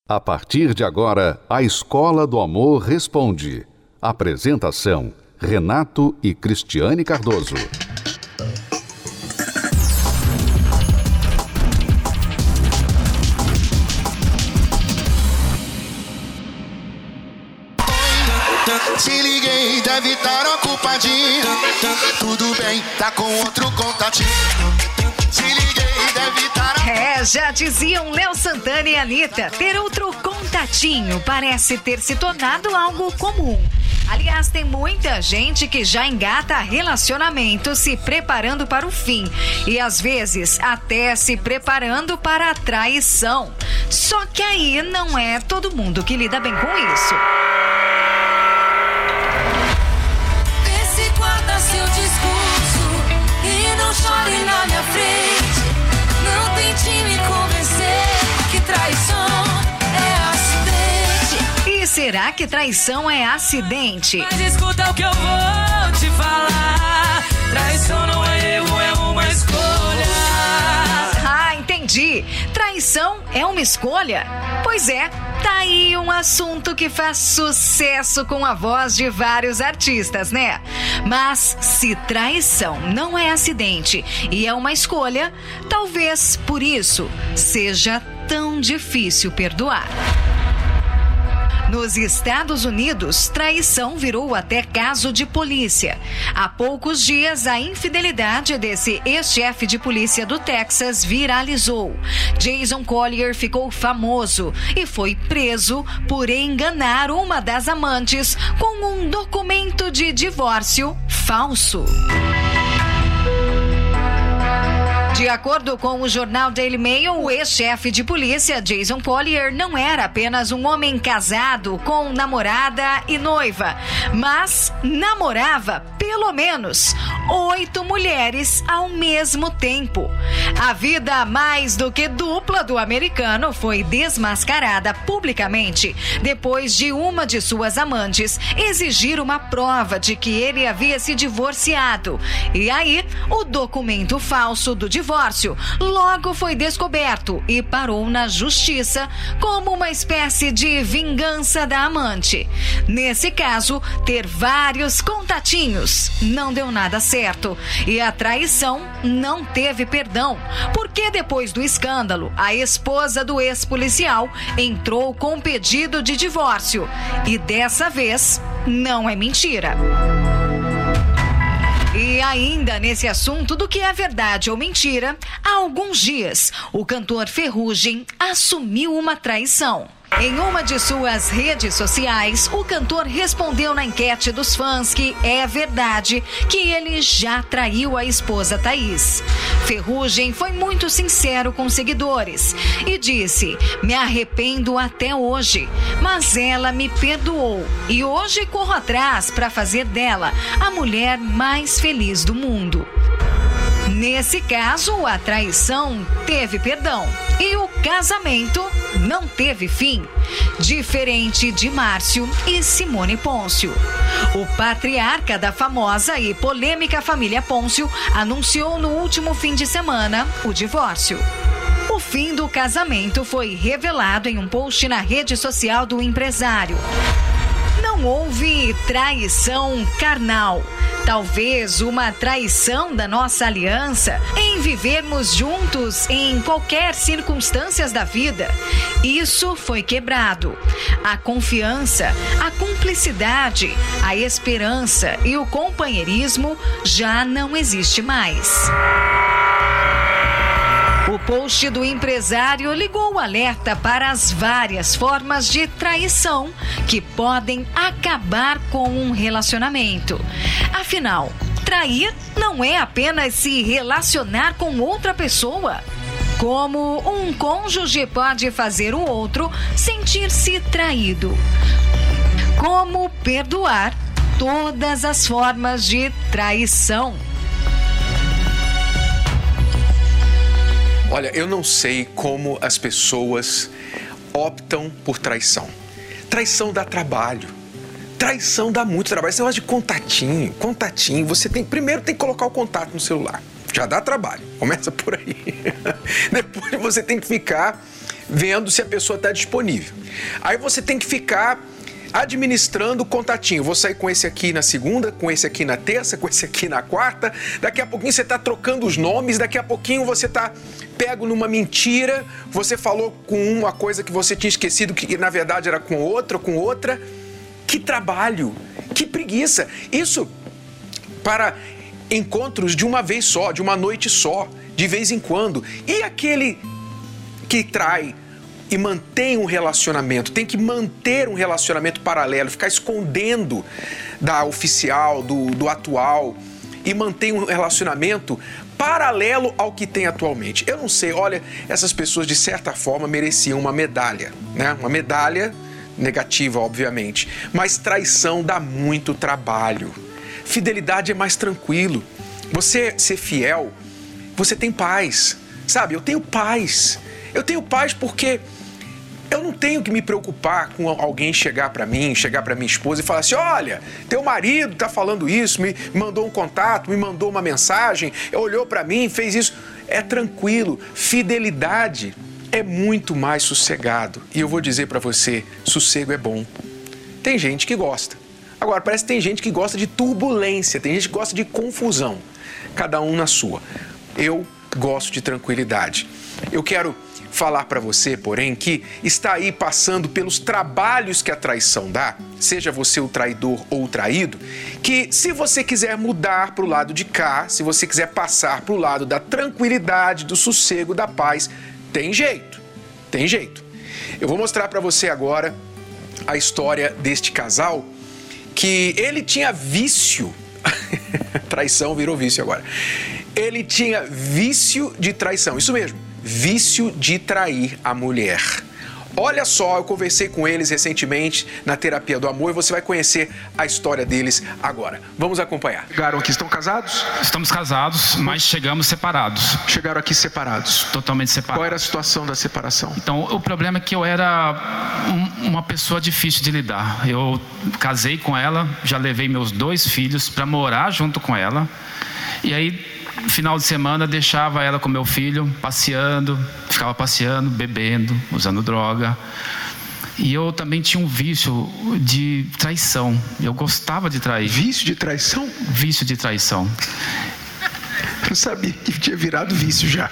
A partir de agora, a Escola do Amor Responde. Apresentação: Renato e Cristiane Cardoso. Se liguei, deve estar ocupadinho. Tudo bem, tá com outro contatinho. Se liguei, deve estar... Já diziam Léo Santana e Anitta, ter outro contatinho parece ter se tornado algo comum. Aliás, tem muita gente que já engata relacionamento se preparando para o fim e às vezes até se preparando para a traição. Só que aí não é todo mundo que lida bem com isso. Vê se guarda seu discurso e não chore na minha frente. Não tente me convencer que traição é acidente. E será que traição é acidente? Mas escuta o que eu vou te falar. Traição não é erro, é uma escolha. Ah, entendi. Traição é uma escolha? Pois é, tá aí um assunto que faz sucesso com a voz de vários artistas, né? Mas se traição não é acidente e é uma escolha, talvez por isso seja tão difícil perdoar. Nos Estados Unidos, traição virou até caso de polícia. Há poucos dias, a infidelidade desse ex-chefe de polícia do Texas viralizou. Jason Collier ficou famoso e foi preso por enganar uma das amantes com um documento de divórcio falso. De acordo com o jornal Daily Mail, o ex-chefe de polícia, Jason Collier, não era apenas um homem casado com namorada e noiva, mas namorava pelo menos 8 mulheres ao mesmo tempo. A vida mais do que dupla do americano foi desmascarada publicamente depois de uma de suas amantes exigir uma prova de que ele havia se divorciado. E aí, o documento falso do divórcio logo foi descoberto e parou na justiça como uma espécie de vingança da amante. Nesse caso, ter vários contatinhos não deu nada certo e a traição não teve perdão, porque depois do escândalo, a esposa do ex-policial entrou com pedido de divórcio e dessa vez não é mentira. E ainda nesse assunto do que é verdade ou mentira, há alguns dias, o cantor Ferrugem assumiu uma traição. Em uma de suas redes sociais, o cantor respondeu na enquete dos fãs que é verdade que ele já traiu a esposa Thaís. Ferrugem foi muito sincero com seguidores e disse: "Me arrependo até hoje, mas ela me perdoou e hoje corro atrás para fazer dela a mulher mais feliz do mundo." Nesse caso, a traição teve perdão e o casamento não teve fim, diferente de Márcio e Simone Pôncio. O patriarca da famosa e polêmica família Pôncio anunciou no último fim de semana o divórcio. O fim do casamento foi revelado em um post na rede social do empresário. Não houve traição carnal. Talvez uma traição da nossa aliança em vivermos juntos em qualquer circunstância da vida. Isso foi quebrado. A confiança, a cumplicidade, a esperança e o companheirismo já não existe mais. O post do empresário ligou o alerta para as várias formas de traição que podem acabar com um relacionamento. Afinal, trair não é apenas se relacionar com outra pessoa. Como um cônjuge pode fazer o outro sentir-se traído? Como perdoar todas as formas de traição? Olha, eu não sei como as pessoas optam por traição. Traição dá trabalho. Traição dá muito trabalho. Esse negócio de contatinho. Você primeiro tem que colocar o contato no celular. Já dá trabalho. Começa por aí. Depois você tem que ficar vendo se a pessoa está disponível. Aí você tem que ficar administrando o contatinho. Vou sair com esse aqui na segunda, com esse aqui na terça, com esse aqui na quarta. Daqui a pouquinho você está trocando os nomes, daqui a pouquinho você está pego numa mentira, você falou com uma coisa que você tinha esquecido, que na verdade era com outra. Que trabalho, que preguiça. Isso para encontros de uma vez só, de uma noite só, de vez em quando. E aquele que trai e mantém um relacionamento, tem que manter um relacionamento paralelo, ficar escondendo da oficial, do atual, e mantém um relacionamento paralelo ao que tem atualmente. Eu não sei, olha, essas pessoas de certa forma mereciam uma medalha, né? Uma medalha negativa, obviamente, mas traição dá muito trabalho. Fidelidade é mais tranquilo. Você ser fiel, você tem paz, sabe? Eu tenho paz porque eu não tenho que me preocupar com alguém chegar para mim, chegar para minha esposa e falar assim: olha, teu marido tá falando isso, me mandou um contato, me mandou uma mensagem, olhou para mim, fez isso. É tranquilo. Fidelidade é muito mais sossegado. E eu vou dizer para você, sossego é bom. Tem gente que gosta. Agora, parece que tem gente que gosta de turbulência, tem gente que gosta de confusão. Cada um na sua. Eu gosto de tranquilidade. Eu quero falar para você, porém, que está aí passando pelos trabalhos que a traição dá, seja você o traidor ou o traído, que se você quiser mudar para o lado de cá, se você quiser passar para o lado da tranquilidade, do sossego, da paz, tem jeito, tem jeito. Eu vou mostrar para você agora a história deste casal, que ele tinha vício, traição virou vício agora, ele tinha vício de traição, isso mesmo, vício de trair a mulher. Olha só, eu conversei com eles recentemente na Terapia do Amor e você vai conhecer a história deles agora. Vamos acompanhar. Chegaram aqui, estão casados? Estamos casados, mas chegamos separados. Chegaram aqui separados? Totalmente separados. Qual era a situação da separação? Então, o problema é que eu era uma pessoa difícil de lidar. Eu casei com ela, já levei meus 2 filhos para morar junto com ela. E aí, final de semana, deixava ela com meu filho, passeando, ficava passeando, bebendo, usando droga. E eu também tinha um vício de traição. Eu gostava de trair. Vício de traição? Vício de traição. Eu sabia que tinha virado vício já.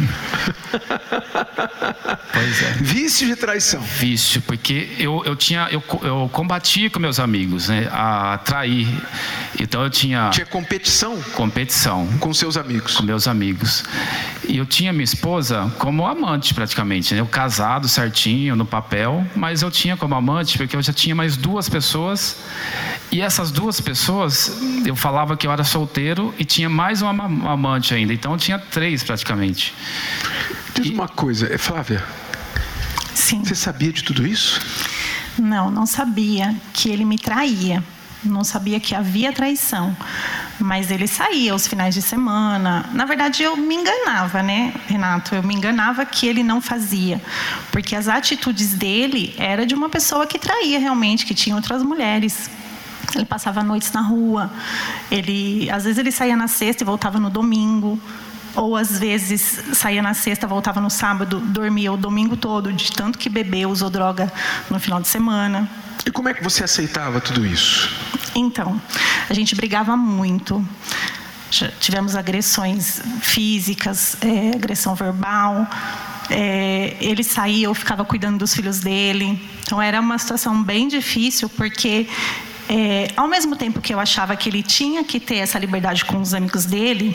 Pois é. Vício de traição. Vício, porque eu combatia com meus amigos, né, a trair. Então eu tinha... Tinha competição? Competição. Com seus amigos? Com meus amigos. E eu tinha minha esposa como amante praticamente, né? Eu casado certinho no papel, mas eu tinha como amante porque eu já tinha mais 2 pessoas. E essas 2 pessoas, eu falava que eu era solteiro e tinha mais uma amante ainda. Então eu tinha 3 praticamente. Diz uma coisa, Flávia. Sim. Você sabia de tudo isso? Não sabia que ele me traía. Não sabia que havia traição. Mas ele saía aos finais de semana. Na verdade, eu me enganava, né, Renato? Eu me enganava que ele não fazia. Porque as atitudes dele eram de uma pessoa que traía realmente, que tinha outras mulheres. Ele passava noites na rua. Às vezes ele saía na sexta e voltava no domingo. Ou às vezes saía na sexta, voltava no sábado, dormia o domingo todo, de tanto que bebeu, usou droga no final de semana. E como é que você aceitava tudo isso? Então, a gente brigava muito. Já tivemos agressões físicas, agressão verbal. Ele saía, eu ficava cuidando dos filhos dele. Então era uma situação bem difícil, porque ao mesmo tempo que eu achava que ele tinha que ter essa liberdade com os amigos dele,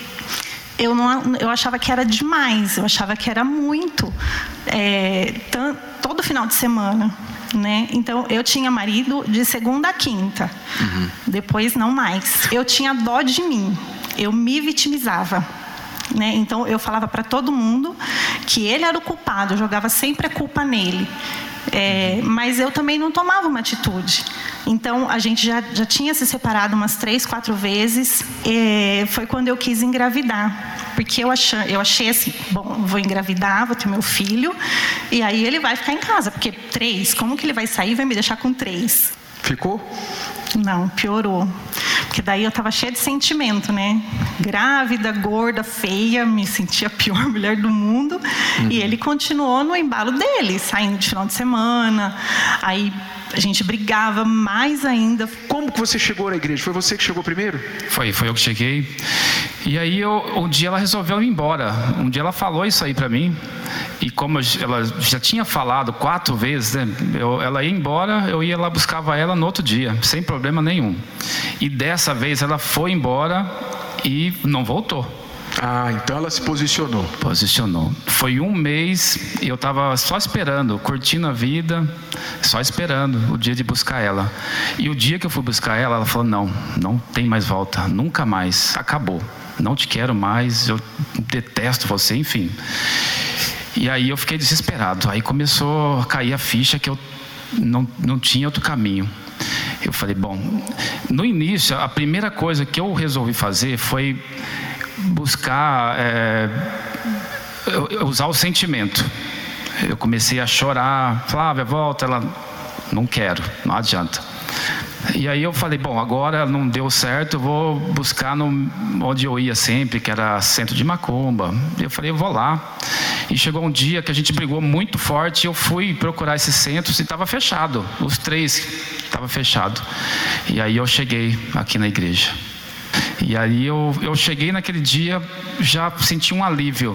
eu achava que era demais, eu achava que era muito, todo final de semana, né? Então, eu tinha marido de segunda a quinta, depois não mais. Eu tinha dó de mim, eu me vitimizava, né? Então, eu falava para todo mundo que ele era o culpado, eu jogava sempre a culpa nele. Mas eu também não tomava uma atitude. Então, a gente já tinha se separado umas 3, 4 vezes. Foi quando eu quis engravidar. Porque eu achei assim, bom, vou engravidar, vou ter meu filho, e aí ele vai ficar em casa. Porque 3, como que ele vai sair e vai me deixar com 3? Ficou? Não, piorou. Porque daí eu estava cheia de sentimento, né? Grávida, gorda, feia, me sentia a pior mulher do mundo. E ele continuou no embalo dele, saindo de final de semana. Aí a gente brigava mais ainda. Como que você chegou na igreja? Foi você que chegou primeiro? Foi eu que cheguei. E aí um dia ela resolveu ir embora. Um dia ela falou isso aí pra mim. E como ela já tinha falado 4 vezes, né? Ela ia embora, eu ia lá, buscava ela no outro dia, sem problema nenhum. E dessa vez ela foi embora e não voltou. Ah, então ela se posicionou. Posicionou. Foi 1 mês e eu estava só esperando, curtindo a vida, só esperando o dia de buscar ela. E o dia que eu fui buscar ela, ela falou: não tem mais volta, nunca mais, acabou. Não te quero mais, eu detesto você, enfim. E aí eu fiquei desesperado. Aí começou a cair a ficha que eu não tinha outro caminho. Eu falei, bom, no início, a primeira coisa que eu resolvi fazer foi buscar usar o sentimento. Eu comecei a chorar. Flávia, volta. Ela, não quero, não adianta. E aí eu falei, bom, agora não deu certo, eu vou buscar onde eu ia sempre, que era centro de macumba. Eu falei, eu vou lá. E chegou um dia que a gente brigou muito forte, eu fui procurar esses centros e estava fechado. Os 3 estavam fechados. E aí eu cheguei aqui na igreja. E aí eu cheguei naquele dia, já senti um alívio.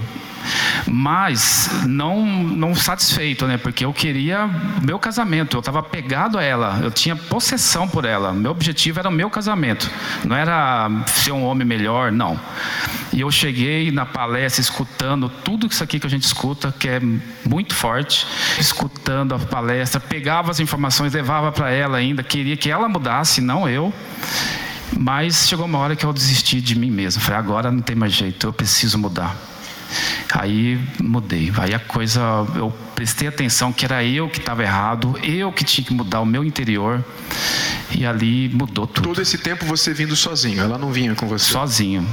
Mas não satisfeito, né? Porque eu queria o meu casamento, eu estava apegado a ela, eu tinha possessão por ela. Meu objetivo era o meu casamento, não era ser um homem melhor, não. E eu cheguei na palestra escutando tudo isso aqui que a gente escuta, que é muito forte, escutando a palestra, pegava as informações, levava para ela ainda, queria que ela mudasse, não eu. Mas chegou uma hora que eu desisti de mim mesmo. Falei, agora não tem mais jeito, eu preciso mudar. Aí mudei. Aí a coisa, eu prestei atenção que era eu que estava errado, eu que tinha que mudar o meu interior. E ali mudou tudo. Todo esse tempo você vindo sozinho, ela não vinha com você? Sozinho.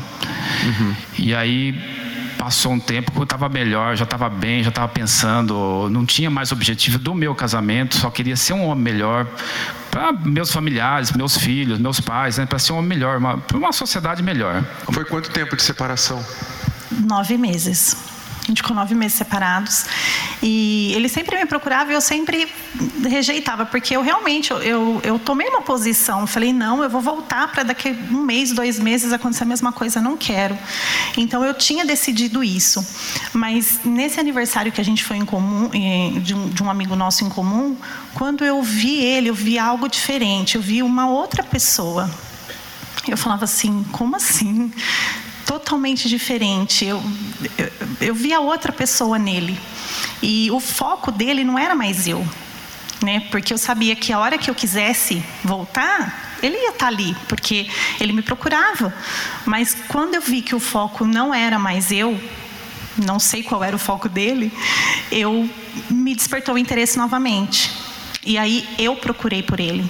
E aí passou um tempo, eu estava melhor, já estava bem, já estava pensando, não tinha mais objetivo do meu casamento, só queria ser um homem melhor para meus familiares, meus filhos, meus pais, né, para ser um homem melhor, para uma sociedade melhor. Foi quanto tempo de separação? 9 meses. A gente ficou 9 meses separados. E ele sempre me procurava e eu sempre rejeitava, porque eu realmente, eu tomei uma posição. Falei, não, eu vou voltar para daqui 1 mês, 2 meses acontecer a mesma coisa, não quero. Então eu tinha decidido isso. Mas nesse aniversário que a gente foi em comum, de um amigo nosso em comum, quando eu vi ele, eu vi algo diferente, eu vi uma outra pessoa. Eu falava assim, como assim? Totalmente diferente. Eu via outra pessoa nele. E o foco dele não era mais eu, né? Porque eu sabia que a hora que eu quisesse voltar, ele ia estar ali, porque ele me procurava. Mas quando eu vi que o foco não era mais eu, não sei qual era o foco dele, me despertou o interesse novamente. E aí eu procurei por ele.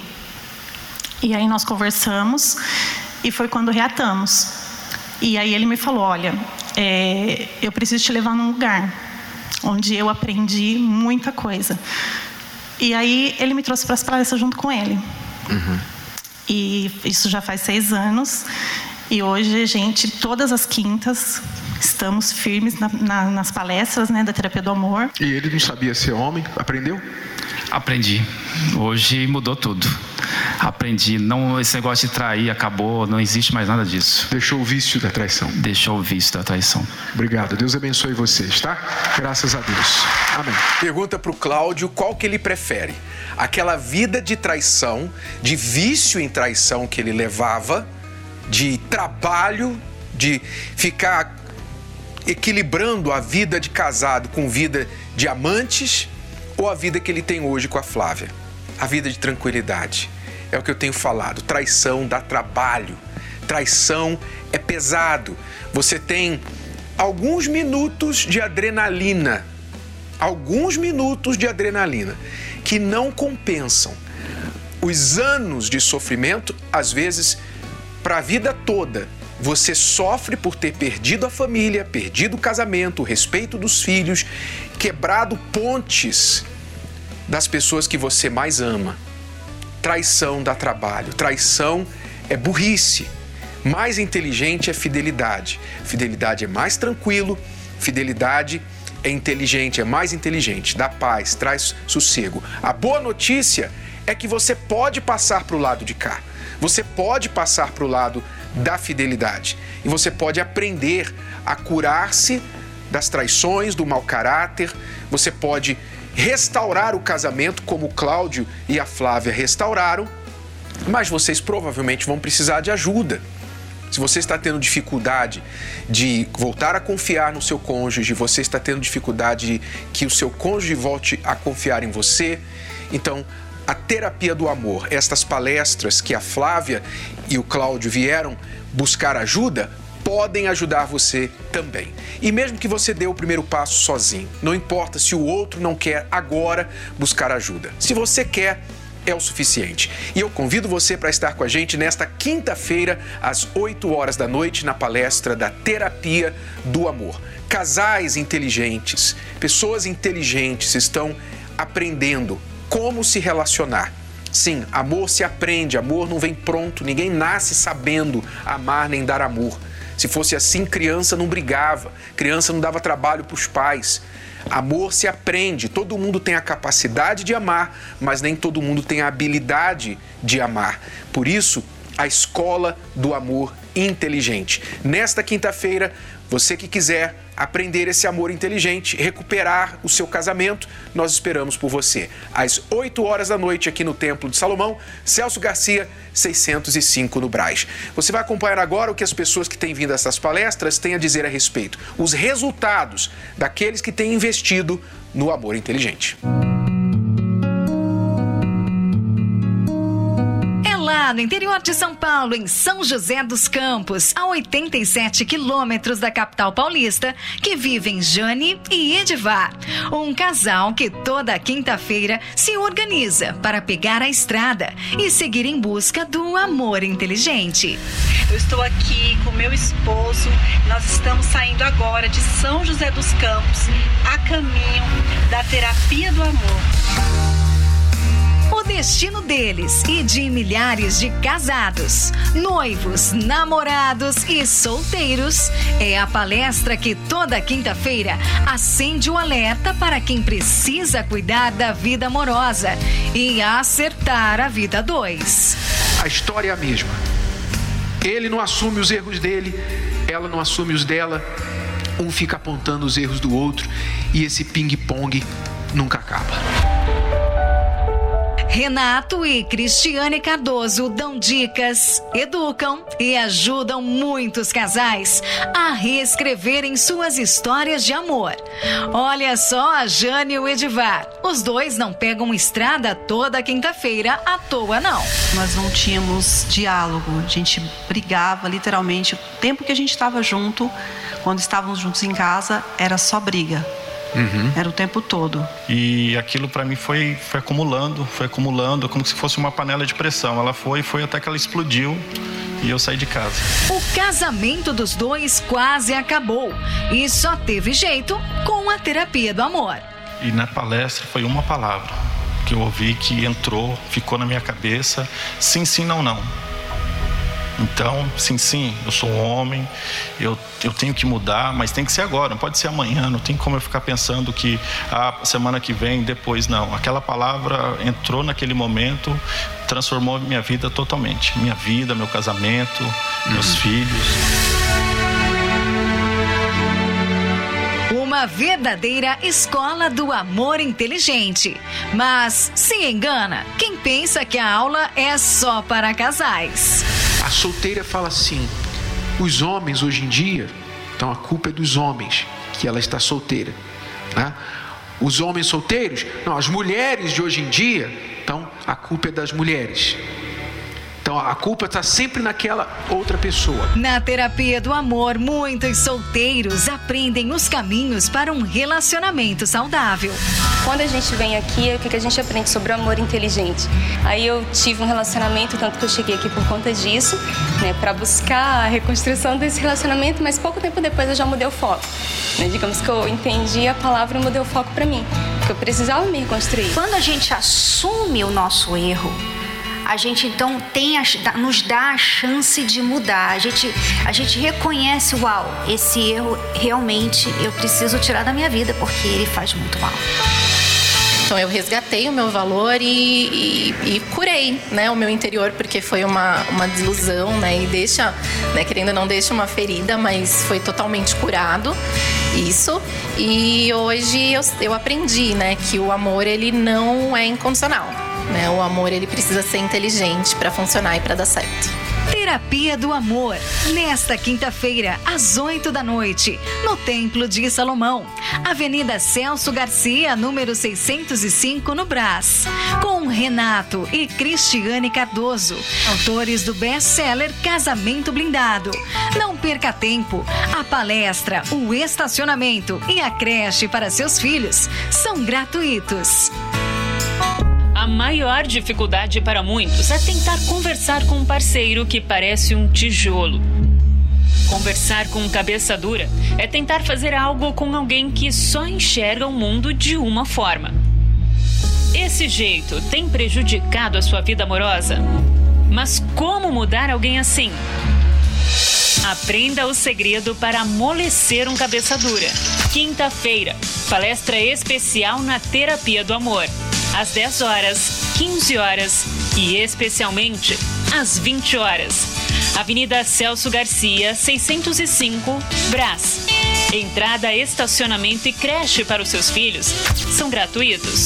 E aí nós conversamos e foi quando reatamos. E aí ele me falou, olha, eu preciso te levar num lugar onde eu aprendi muita coisa. E aí ele me trouxe para as palestras junto com ele. E isso já faz 6 anos. E hoje a gente, todas as quintas, estamos firmes nas palestras, né, da terapia do amor. E ele não sabia ser homem? Aprendeu? Aprendi. Hoje mudou tudo. Aprendi. Não, esse negócio de trair acabou, não existe mais nada disso. Deixou o vício da traição. Deixou o vício da traição. Obrigado. Deus abençoe vocês, tá? Graças a Deus. Amém. Pergunta para o Cláudio qual que ele prefere. Aquela vida de traição, de vício em traição que ele levava, de trabalho, de ficar equilibrando a vida de casado com vida de amantes, ou a vida que ele tem hoje com a Flávia? A vida de tranquilidade. É o que eu tenho falado. Traição dá trabalho. Traição é pesado. Você tem alguns minutos de adrenalina. Alguns minutos de adrenalina que não compensam os anos de sofrimento, às vezes, para a vida toda. Você sofre por ter perdido a família, perdido o casamento, o respeito dos filhos, quebrado pontes das pessoas que você mais ama. Traição dá trabalho. Traição é burrice. Mais inteligente é fidelidade. Fidelidade é mais tranquilo, fidelidade é inteligente, é mais inteligente, dá paz, traz sossego. A boa notícia é que você pode passar para o lado de cá. Você pode passar para o lado da fidelidade. E você pode aprender a curar-se das traições, do mau caráter. Você pode restaurar o casamento como o Cláudio e a Flávia restauraram. Mas vocês provavelmente vão precisar de ajuda. Se você está tendo dificuldade de voltar a confiar no seu cônjuge, você está tendo dificuldade de que o seu cônjuge volte a confiar em você, então a terapia do amor, estas palestras que a Flávia e o Cláudio vieram buscar ajuda, podem ajudar você também. E mesmo que você dê o primeiro passo sozinho, não importa se o outro não quer agora buscar ajuda. Se você quer, é o suficiente. E eu convido você para estar com a gente nesta quinta-feira, às 8 horas da noite, na palestra da Terapia do Amor. Casais inteligentes, pessoas inteligentes estão aprendendo como se relacionar. Sim, amor se aprende, amor não vem pronto, ninguém nasce sabendo amar nem dar amor. Se fosse assim, criança não brigava, criança não dava trabalho para os pais. Amor se aprende, todo mundo tem a capacidade de amar, mas nem todo mundo tem a habilidade de amar. Por isso, a Escola do Amor Inteligente. Nesta quinta-feira, você que quiser aprender esse amor inteligente, recuperar o seu casamento, nós esperamos por você. Às 8 horas da noite aqui no Templo de Salomão, Celso Garcia, 605 no Brás. Você vai acompanhar agora o que as pessoas que têm vindo a essas palestras têm a dizer a respeito. Os resultados daqueles que têm investido no amor inteligente. No interior de São Paulo, em São José dos Campos, a 87 quilômetros da capital paulista, que vivem Jane e Edivar. Um casal que toda quinta-feira se organiza para pegar a estrada e seguir em busca do amor inteligente. Eu estou aqui com meu esposo, nós estamos saindo agora de São José dos Campos, a caminho da Terapia do Amor. O destino deles e de milhares de casados, noivos, namorados e solteiros é a palestra que toda quinta-feira acende o alerta para quem precisa cuidar da vida amorosa e acertar a vida dois. A história é a mesma. Ele não assume os erros dele, ela não assume os dela, um fica apontando os erros do outro e esse ping-pong nunca acaba. Renato e Cristiane Cardoso dão dicas, educam e ajudam muitos casais a reescreverem suas histórias de amor. Olha só a Jane e o Edivar. Os dois não pegam estrada toda quinta-feira à toa, não. Nós não tínhamos diálogo, a gente brigava literalmente. O tempo que a gente estava junto, quando estávamos juntos em casa, era só briga. Era o tempo todo. E aquilo para mim foi acumulando, como se fosse uma panela de pressão. Ela foi até que ela explodiu e eu saí de casa. O casamento dos dois quase acabou e só teve jeito com a terapia do amor. E na palestra foi uma palavra que eu ouvi, que entrou, ficou na minha cabeça: sim, sim, não, não. Então, sim, eu sou um homem, eu tenho que mudar, mas tem que ser agora, não pode ser amanhã, não tem como eu ficar pensando que semana que vem, depois não. Aquela palavra entrou naquele momento, transformou minha vida totalmente. Minha vida, meu casamento, meus filhos. Uma verdadeira escola do amor inteligente. Mas se engana quem pensa que a aula é só para casais. A solteira fala assim: os homens hoje em dia, então a culpa é dos homens que ela está solteira, né? Os homens solteiros, não, as mulheres de hoje em dia, então a culpa é das mulheres. Então a culpa está sempre naquela outra pessoa. Na terapia do amor, muitos solteiros aprendem os caminhos para um relacionamento saudável. Quando a gente vem aqui, o que a gente aprende sobre o amor inteligente? Aí eu tive um relacionamento, tanto que eu cheguei aqui por conta disso, né, para buscar a reconstrução desse relacionamento, mas pouco tempo depois eu já mudei o foco. Né? Digamos que eu entendi a palavra e mudei o foco para mim, porque eu precisava me reconstruir. Quando a gente assume o nosso erro, a gente então nos dá a chance de mudar. A gente reconhece, uau, esse erro realmente eu preciso tirar da minha vida porque ele faz muito mal. Então eu resgatei o meu valor e curei, né, o meu interior, porque foi uma desilusão, né, e deixa, né, querendo ou não, deixa uma ferida, mas foi totalmente curado isso. E hoje eu aprendi, né, que o amor ele não é incondicional, né, o amor ele precisa ser inteligente para funcionar e para dar certo. Terapia do Amor, nesta quinta-feira, às 20h, no Templo de Salomão, Avenida Celso Garcia, número 605, no Brás, com Renato e Cristiane Cardoso, autores do best-seller Casamento Blindado. Não perca tempo, a palestra, o estacionamento e a creche para seus filhos são gratuitos. A maior dificuldade para muitos é tentar conversar com um parceiro que parece um tijolo. Conversar com cabeça dura é tentar fazer algo com alguém que só enxerga o mundo de uma forma. Esse jeito tem prejudicado a sua vida amorosa? Mas como mudar alguém assim? Aprenda o segredo para amolecer um cabeça dura. Quinta-feira, palestra especial na Terapia do Amor. Às 10h, 15h e especialmente às 20h. Avenida Celso Garcia, 605, Brás. Entrada, estacionamento e creche para os seus filhos são gratuitos.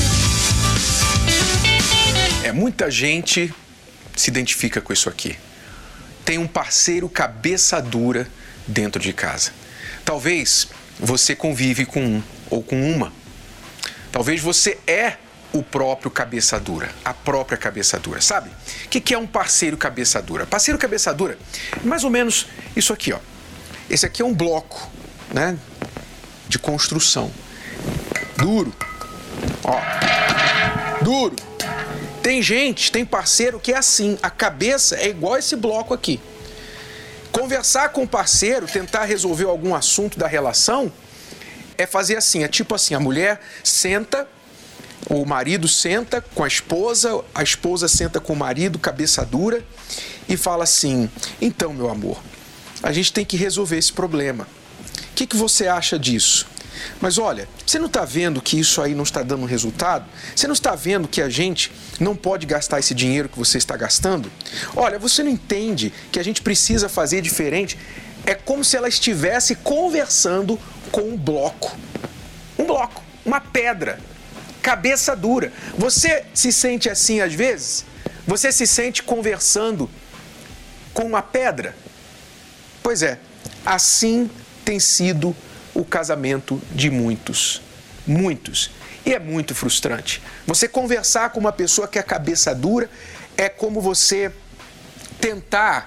Muita gente se identifica com isso aqui. Tem um parceiro cabeça dura dentro de casa. Talvez você convive com um ou com uma. Talvez você é o próprio cabeça dura, a própria cabeça dura, sabe? O que é um parceiro cabeça dura? Parceiro cabeça dura é mais ou menos isso aqui, ó. Esse aqui é um bloco, né, de construção. Duro, ó, duro. Tem parceiro que é assim, a cabeça é igual esse bloco aqui. Conversar com o parceiro, tentar resolver algum assunto da relação, é fazer assim, é tipo assim, a mulher senta, o marido senta com a esposa senta com o marido, cabeça dura, e fala assim: então, meu amor, a gente tem que resolver esse problema. O que você acha disso? Mas olha, você não está vendo que isso aí não está dando resultado? Você não está vendo que a gente não pode gastar esse dinheiro que você está gastando? Olha, você não entende que a gente precisa fazer diferente? É como se ela estivesse conversando com um bloco, uma pedra. Cabeça dura. Você se sente assim às vezes? Você se sente conversando com uma pedra? Pois é, assim tem sido o casamento de muitos. E é muito frustrante. Você conversar com uma pessoa que é cabeça dura é como você tentar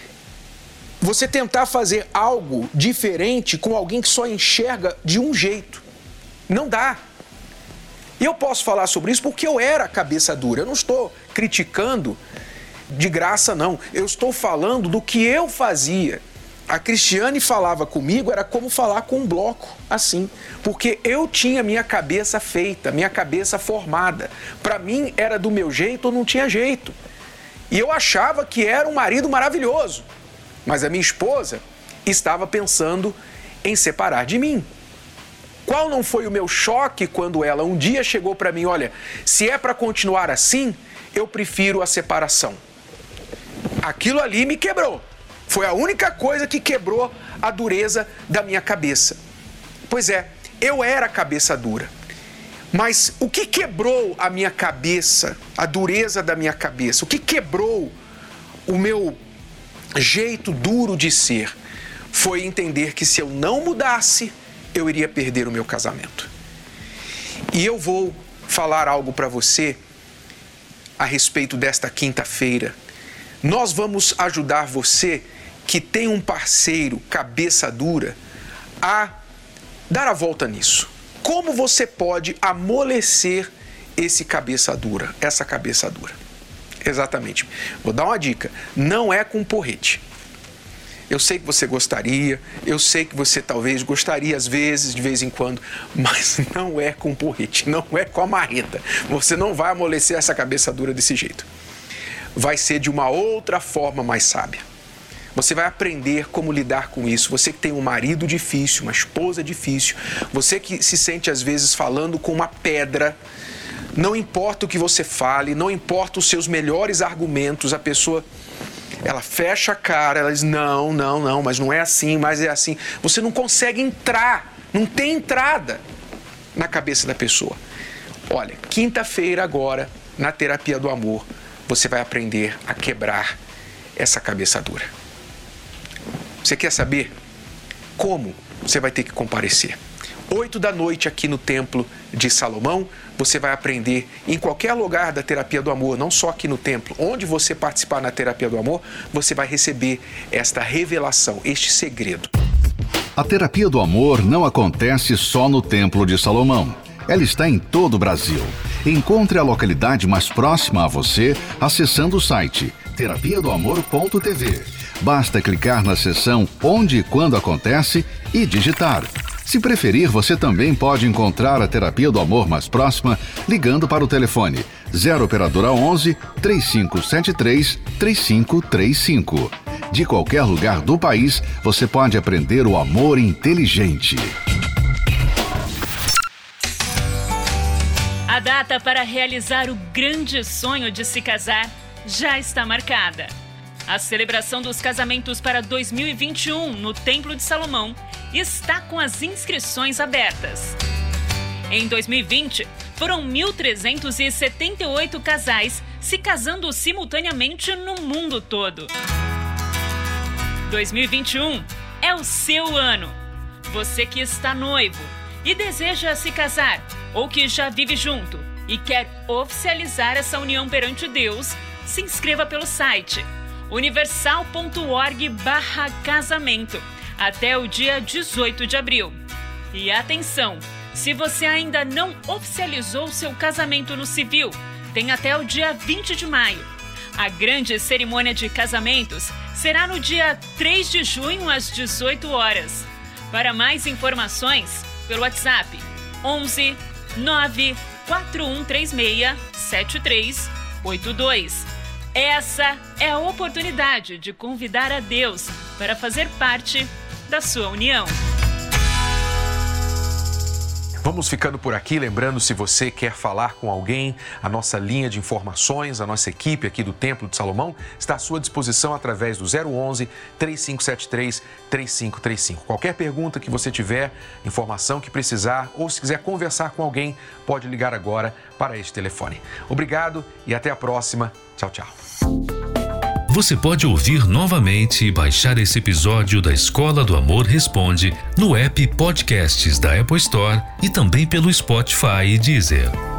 fazer algo diferente com alguém que só enxerga de um jeito. Não dá. E eu posso falar sobre isso porque eu era cabeça dura. Eu não estou criticando de graça, não. Eu estou falando do que eu fazia. A Cristiane falava comigo, era como falar com um bloco, assim. Porque eu tinha minha cabeça feita, minha cabeça formada. Para mim, era do meu jeito ou não tinha jeito. E eu achava que era um marido maravilhoso. Mas a minha esposa estava pensando em separar de mim. Qual não foi o meu choque quando ela um dia chegou para mim: olha, se é para continuar assim, eu prefiro a separação. Aquilo ali me quebrou. Foi a única coisa que quebrou a dureza da minha cabeça. Pois é, eu era cabeça dura. Mas o que quebrou a minha cabeça, a dureza da minha cabeça? O que quebrou o meu jeito duro de ser? Foi entender que se eu não mudasse, eu iria perder o meu casamento. E eu vou falar algo para você a respeito desta quinta-feira. Nós vamos ajudar você que tem um parceiro cabeça dura a dar a volta nisso. Como você pode amolecer essa cabeça dura? Exatamente. Vou dar uma dica. Não é com porrete. Eu sei que você gostaria, eu sei que você talvez gostaria às vezes, de vez em quando, mas não é com porrete, não é com a marreta. Você não vai amolecer essa cabeça dura desse jeito. vai ser de uma outra forma mais sábia. Você vai aprender como lidar com isso. Você que tem um marido difícil, uma esposa difícil, você que se sente às vezes falando com uma pedra, não importa o que você fale, não importa os seus melhores argumentos, a pessoa, ela fecha a cara, ela diz, não, mas não é assim, mas é assim. Você não consegue entrar, não tem entrada na cabeça da pessoa. Olha, quinta-feira agora, na Terapia do Amor, você vai aprender a quebrar essa cabeça dura. Você quer saber como? Você vai ter que comparecer. 8 da noite aqui no Templo de Salomão, você vai aprender em qualquer lugar da Terapia do Amor, não só aqui no templo. Onde você participar na Terapia do Amor, você vai receber esta revelação, este segredo. A Terapia do Amor não acontece só no Templo de Salomão. Ela está em todo o Brasil. Encontre a localidade mais próxima a você acessando o site terapiadoamor.tv. Basta clicar na seção Onde e Quando Acontece e digitar. Se preferir, você também pode encontrar a Terapia do Amor mais próxima ligando para o telefone 0 operadora 11 3573 3535. De qualquer lugar do país, você pode aprender o amor inteligente. A data para realizar o grande sonho de se casar já está marcada. A celebração dos casamentos para 2021 no Templo de Salomão está com as inscrições abertas. Em 2020, foram 1.378 casais se casando simultaneamente no mundo todo. 2021 é o seu ano. Você que está noivo e deseja se casar ou que já vive junto e quer oficializar essa união perante Deus, se inscreva pelo site universal.org/casamento até o dia 18 de abril. E atenção, se você ainda não oficializou seu casamento no civil, tem até o dia 20 de maio. A grande cerimônia de casamentos será no dia 3 de junho às 18 horas. Para mais informações, pelo WhatsApp 11 94136 7382. Essa é a oportunidade de convidar a Deus para fazer parte da sua união. Vamos ficando por aqui, lembrando, se você quer falar com alguém, a nossa linha de informações, a nossa equipe aqui do Templo de Salomão está à sua disposição através do 011 3573 3535. Qualquer pergunta que você tiver, informação que precisar ou se quiser conversar com alguém, pode ligar agora para este telefone. Obrigado e até a próxima. Tchau, tchau. Você pode ouvir novamente e baixar esse episódio da Escola do Amor Responde no app Podcasts da Apple Store e também pelo Spotify e Deezer.